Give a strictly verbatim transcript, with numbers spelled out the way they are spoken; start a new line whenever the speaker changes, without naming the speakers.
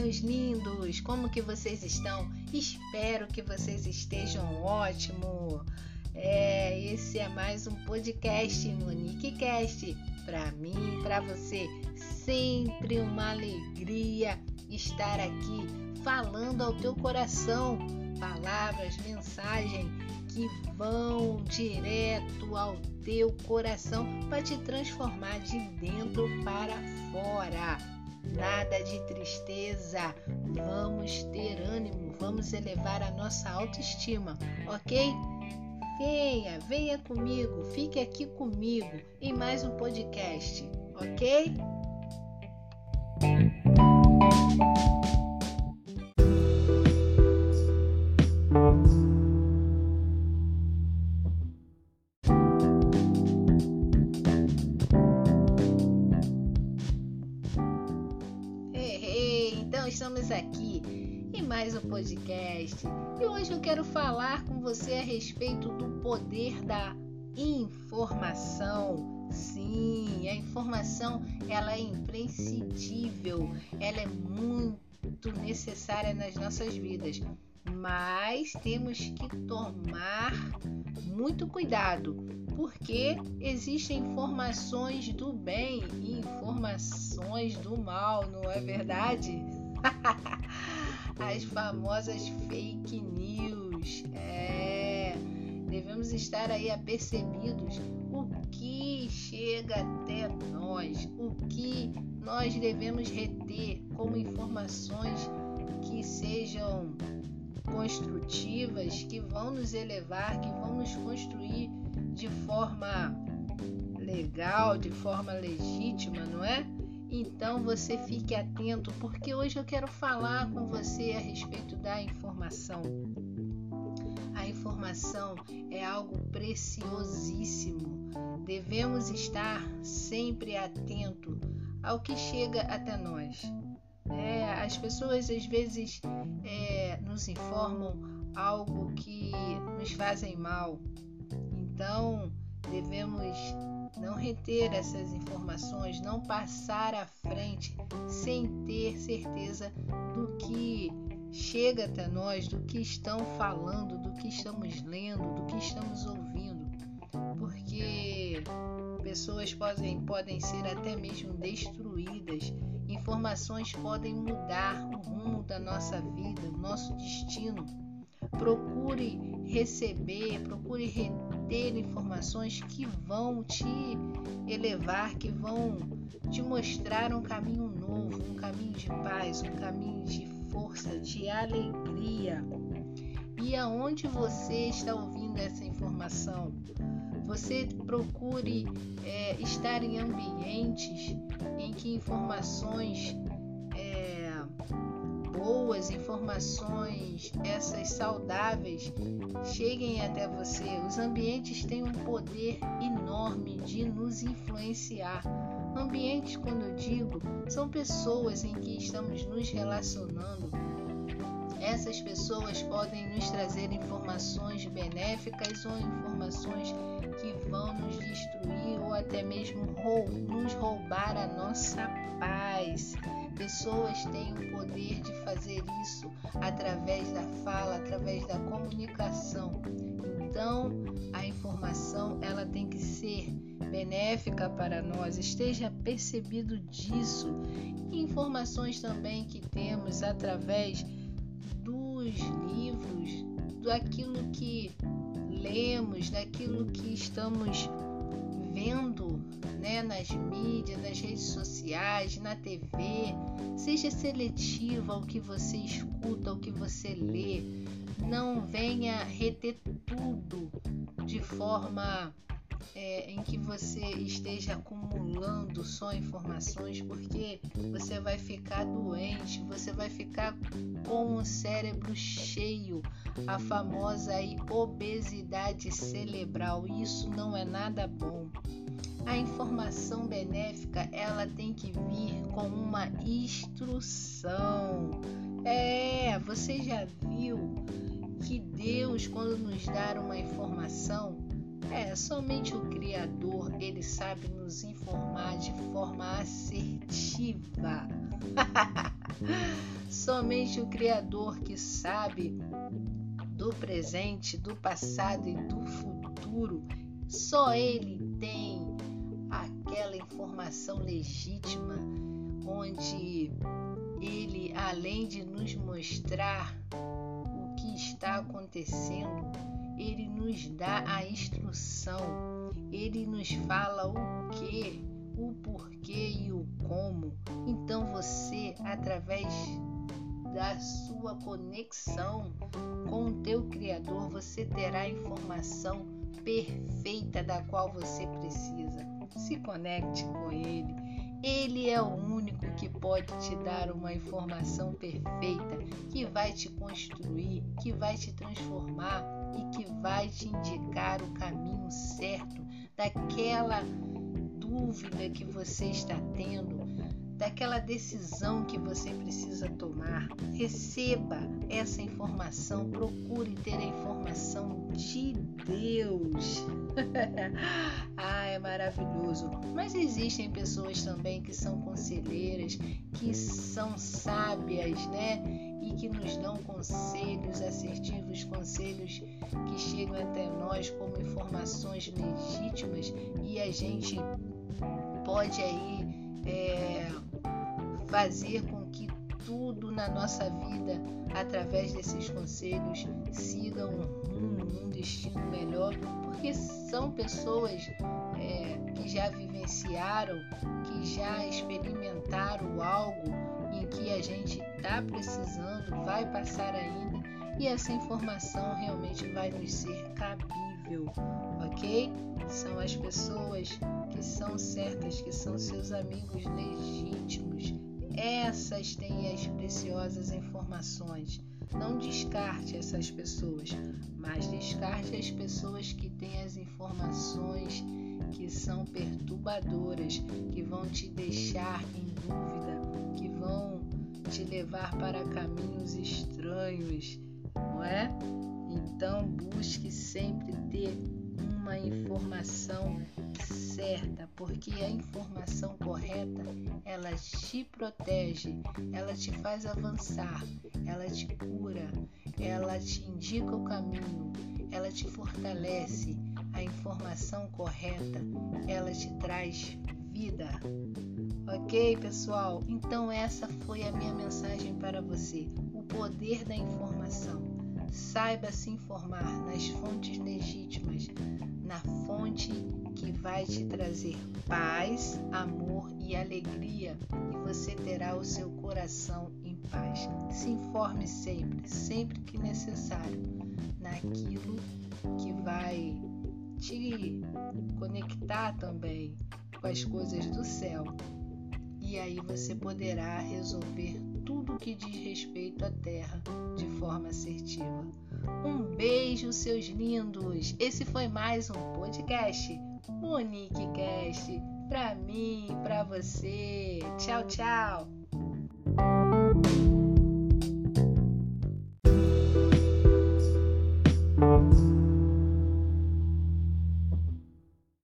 meus lindos! Como que vocês estão? Espero que vocês estejam ótimo. É, esse é mais um podcast MoniqueCast. Para mim, para você, sempre uma alegria estar aqui falando ao teu coração palavras, mensagens que vão direto ao teu coração para te transformar de dentro para fora. Nada de tristeza, vamos ter ânimo, vamos elevar a nossa autoestima, ok? Venha, venha comigo, fique aqui comigo em mais um podcast, ok? Estamos aqui em mais um podcast e hoje eu quero falar com você a respeito do poder da informação. Sim, a informação ela é imprescindível, ela é muito necessária nas nossas vidas, mas temos que tomar muito cuidado, porque existem informações do bem e informações do mal, não é verdade? As famosas fake news. É, devemos estar aí apercebidos o que chega até nós, o que nós devemos reter como informações que sejam construtivas, que vão nos elevar, que vão nos construir de forma legal, de forma legítima, não é? Então você fique atento, porque hoje eu quero falar com você a respeito da informação. A informação é algo preciosíssimo. Devemos estar sempre atento ao que chega até nós. É, as pessoas às vezes é, nos informam algo que nos fazem mal. Então devemos não reter essas informações, não passar à frente sem ter certeza do que chega até nós, do que estão falando, do que estamos lendo, do que estamos ouvindo, porque pessoas podem, podem ser até mesmo destruídas, informações podem mudar o rumo da nossa vida, o nosso destino. Procure receber, procure reter informações que vão te elevar, que vão te mostrar um caminho novo, um caminho de paz, um caminho de força, de alegria. E aonde você está ouvindo essa informação? Você procure é, estar em ambientes em que informações é, boas, informações, essas saudáveis, cheguem até você. Os ambientes têm um poder enorme de nos influenciar. Ambientes, quando eu digo, são pessoas em que estamos nos relacionando. Essas pessoas podem nos trazer informações benéficas ou informações que vão nos destruir ou até mesmo rou- nos roubar a nossa paz. Pessoas têm o poder de fazer isso através da fala, através da comunicação. Então, a informação ela tem que ser benéfica para nós, esteja percebido disso. E informações também que temos através dos livros, daquilo que lemos, daquilo que estamos vendo, né, nas mídias, nas redes sociais, na T V. Seja seletivo ao que você escuta, ao que você lê. Não venha reter tudo de forma é, em que você esteja acumulando só informações, porque você vai ficar doente, você vai ficar com o cérebro cheio, a famosa aí, obesidade cerebral. Isso não é nada bom. A informação benéfica, ela tem que vir com uma instrução. É, você já viu que Deus, quando nos dá uma informação, É, somente o Criador, ele sabe nos informar de forma assertiva. Somente o Criador que sabe do presente, do passado e do futuro, só ele tem aquela informação legítima, onde ele, além de nos mostrar o que está acontecendo, ele nos dá a instrução, ele nos fala o que, o porquê e o como. Então você, através da sua conexão com o teu Criador, você terá a informação perfeita da qual você precisa. Se conecte com ele. Ele é o único que pode te dar uma informação perfeita, que vai te construir, que vai te transformar e que vai te indicar o caminho certo daquela dúvida que você está tendo, daquela decisão que você precisa tomar. Receba essa informação, procure ter a informação de Deus. Ah, é maravilhoso. Mas existem pessoas também que são conselheiras, que são sábias, né? E que nos dão conselhos assertivos, conselhos que chegam até nós como informações legítimas, e a gente pode aí é, fazer com que tudo na nossa vida, através desses conselhos, siga um rumo, um destino melhor, porque são pessoas é, que já vivenciaram, que já experimentaram algo em que a gente está precisando, vai passar ainda, e essa informação realmente vai nos ser cabível, ok? São as pessoas que são certas, que são seus amigos legítimos. Essas têm as preciosas informações. Não descarte essas pessoas, mas descarte as pessoas que têm as informações que são perturbadoras, que vão te deixar em dúvida, que vão te levar para caminhos estranhos, não é? Então busque sempre ter uma informação certa, porque a informação correta, ela te protege, ela te faz avançar, ela te cura, ela te indica o caminho, ela te fortalece. A informação correta, ela te traz vida. Ok, pessoal? Então essa foi a minha mensagem para você. O poder da informação. Saiba se informar nas fontes legítimas, na fonte que vai te trazer paz, amor e alegria, e você terá o seu coração em paz. Se informe sempre, sempre que necessário, naquilo que vai te conectar também com as coisas do céu. E aí você poderá resolver tudo que diz respeito à terra de forma assertiva. Um beijo, seus lindos! Esse foi mais um podcast, o NickCast, pra mim e pra você. Tchau, tchau!